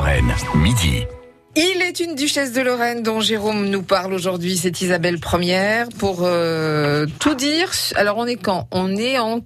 Lorraine, midi. Il est une duchesse de Lorraine dont Jérôme nous parle aujourd'hui, c'est Isabelle Ier. Pour tout dire, alors on est quand ? On est en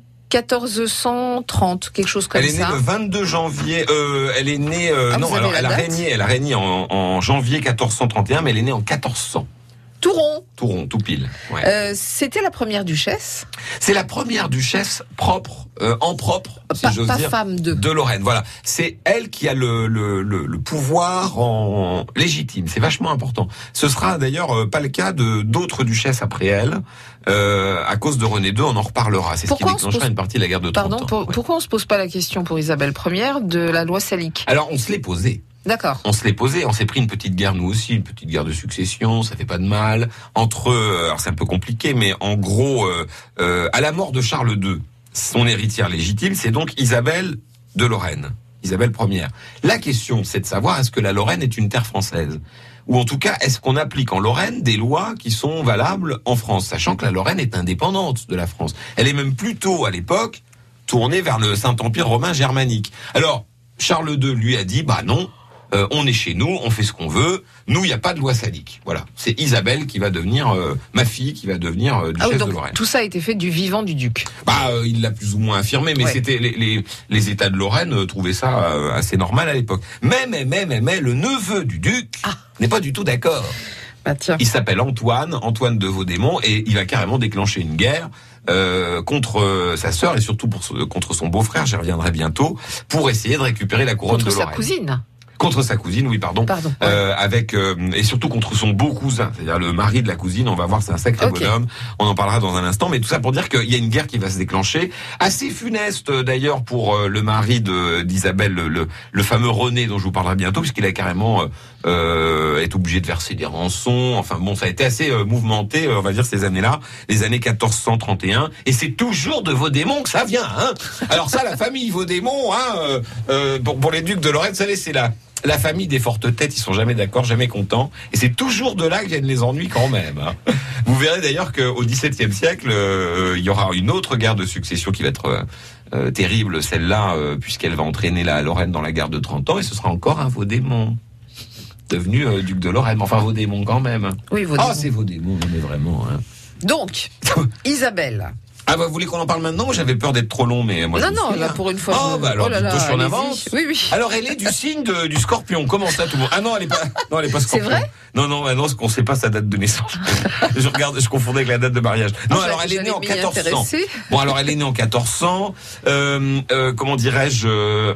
1430, quelque chose comme ça. Elle est née le 22 janvier, elle est née, elle a régné en janvier 1431, mais elle est née en 1400. Tout rond, tout pile. Ouais. C'était la première duchesse. C'est la première duchesse propre, si j'ose dire, femme de Lorraine. Voilà, c'est elle qui a le pouvoir en légitime. C'est vachement important. Ce sera d'ailleurs pas le cas de d'autres duchesses après elle, à cause de René II. On en reparlera. C'est ce qui déclenchera une partie de la guerre de 30 ans. Pourquoi on se pose pas la question pour Isabelle Ier de la loi salique ? Alors on se l'est posé. D'accord. On se l'est posé, on s'est pris une petite guerre nous aussi, une petite guerre de succession, ça fait pas de mal. Entre alors c'est un peu compliqué, mais en gros, à la mort de Charles II, son héritière légitime, c'est donc Isabelle de Lorraine, Isabelle Ier. La question, c'est de savoir est-ce que la Lorraine est une terre française ? Ou en tout cas, est-ce qu'on applique en Lorraine des lois qui sont valables en France, sachant que la Lorraine est indépendante de la France. Elle est même plutôt, à l'époque, tournée vers le Saint-Empire romain germanique. Alors, Charles II lui a dit, bah non, on est chez nous, on fait ce qu'on veut. Nous, il n'y a pas de loi salique. Voilà, c'est Isabelle qui va devenir ma fille, qui va devenir duchesse de Lorraine. Tout ça a été fait du vivant du duc. Il l'a plus ou moins affirmé, mais c'était les États de Lorraine trouvaient ça assez normal à l'époque. Mais le neveu du duc n'est pas du tout d'accord. Il s'appelle Antoine de Vaudémont, et il va carrément déclencher une guerre contre sa sœur et surtout contre son beau-frère, j'y reviendrai bientôt, pour essayer de récupérer la couronne de Lorraine. Contre sa cousine. Contre sa cousine, oui, pardon. Et surtout contre son beau cousin, c'est-à-dire le mari de la cousine. On va voir, c'est un sacré bonhomme. On en parlera dans un instant, mais tout ça pour dire qu'il y a une guerre qui va se déclencher, assez funeste d'ailleurs pour le mari d'Isabelle, le fameux René dont je vous parlerai bientôt, puisqu'il a carrément est obligé de verser des rançons. Enfin bon, ça a été assez mouvementé, on va dire, ces années-là, les années 1431, et c'est toujours de Vaudémont que ça vient. Alors ça, la famille Vaudémont, pour les ducs de Lorraine, ça c'est la famille des fortes têtes, ils sont jamais d'accord, jamais contents, et c'est toujours de là que viennent les ennuis quand même. Vous verrez d'ailleurs qu'au XVIIe siècle, il y aura une autre guerre de succession qui va être terrible, celle-là, puisqu'elle va entraîner la Lorraine dans la guerre de 30 ans, et ce sera encore un Vaudémont devenu duc de Lorraine. Enfin, Vaudémont quand même. Oui, Vaudémont. C'est Vaudémont, mais vraiment. Donc, Isabelle. Vous voulez qu'on en parle maintenant ? J'avais peur d'être trop long, mais moi Non, là, pour une fois. Alors, plutôt je suis en avance. Oui. Alors, elle est du signe du Scorpion. Comment ça, tout le monde ? Non, elle est pas Scorpion. C'est vrai ? Non, ce qu'on sait pas sa date de naissance. Je confondais avec la date de mariage. Non, alors elle est née en 1400. Bon, alors elle est née en 1400. Comment dirais-je ?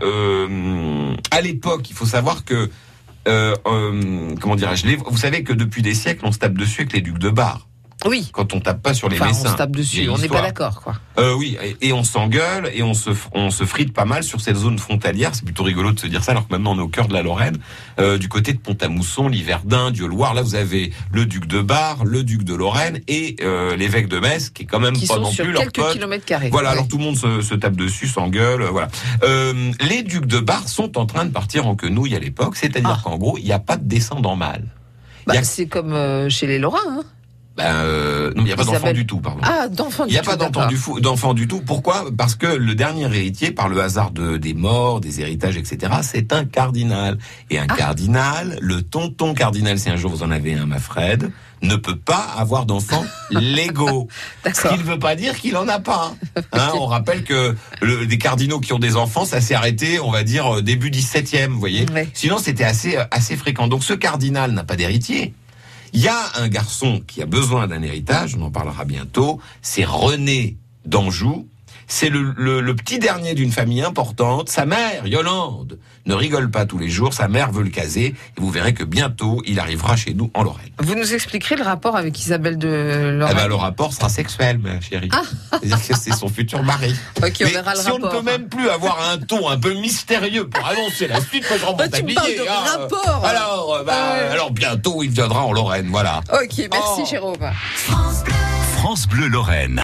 À l'époque, il faut savoir que comment dirais-je ? Vous savez que depuis des siècles, on se tape dessus avec les ducs de Bar. Oui. Quand on tape pas sur les messins. On se tape dessus, on n'est pas d'accord, quoi. Oui, et on s'engueule, et on se frite pas mal sur cette zone frontalière. C'est plutôt rigolo de se dire ça, alors que maintenant on est au cœur de la Lorraine. Du côté de Pont-à-Mousson, Liverdun, Dieu-Loire, là vous avez le duc de Bar, le duc de Lorraine, et l'évêque de Metz, qui est quand même pas non plus leur pote. Quelques kilomètres carrés. Voilà, alors tout le monde se tape dessus, s'engueule, voilà. Les ducs de Bar sont en train de partir en quenouille à l'époque, c'est-à-dire qu'en gros, il n'y a pas de descendant mâle. C'est comme chez les Lorrains, non, il n'y a pas d'enfant du tout, pardon. D'enfant du tout. Il n'y a pas d'enfant du tout. Pourquoi ? Parce que le dernier héritier, par le hasard des morts, des héritages, etc., c'est un cardinal. Et un cardinal, le tonton cardinal, si un jour vous en avez un, ma Fred, ne peut pas avoir d'enfants légaux. Ce qui ne veut pas dire qu'il en a pas. On rappelle que des cardinaux qui ont des enfants, ça s'est arrêté, on va dire, début 17e, vous voyez. Ouais. Sinon, c'était assez fréquent. Donc ce cardinal n'a pas d'héritier. Il y a un garçon qui a besoin d'un héritage, on en parlera bientôt, c'est René d'Anjou. C'est le petit dernier d'une famille importante. Sa mère, Yolande, ne rigole pas tous les jours. Sa mère veut le caser. Et vous verrez que bientôt, il arrivera chez nous en Lorraine. Vous nous expliquerez le rapport avec Isabelle de Lorraine ? Le rapport sera sexuel, ma chérie. C'est-à-dire que c'est son futur mari. Ok, on verra le rapport. Si on ne peut même plus avoir un ton un peu mystérieux pour annoncer la suite, moi je remporte tu me parles de rapport. Alors bientôt, il viendra en Lorraine, voilà. Ok, merci Jérôme. France Bleu Lorraine.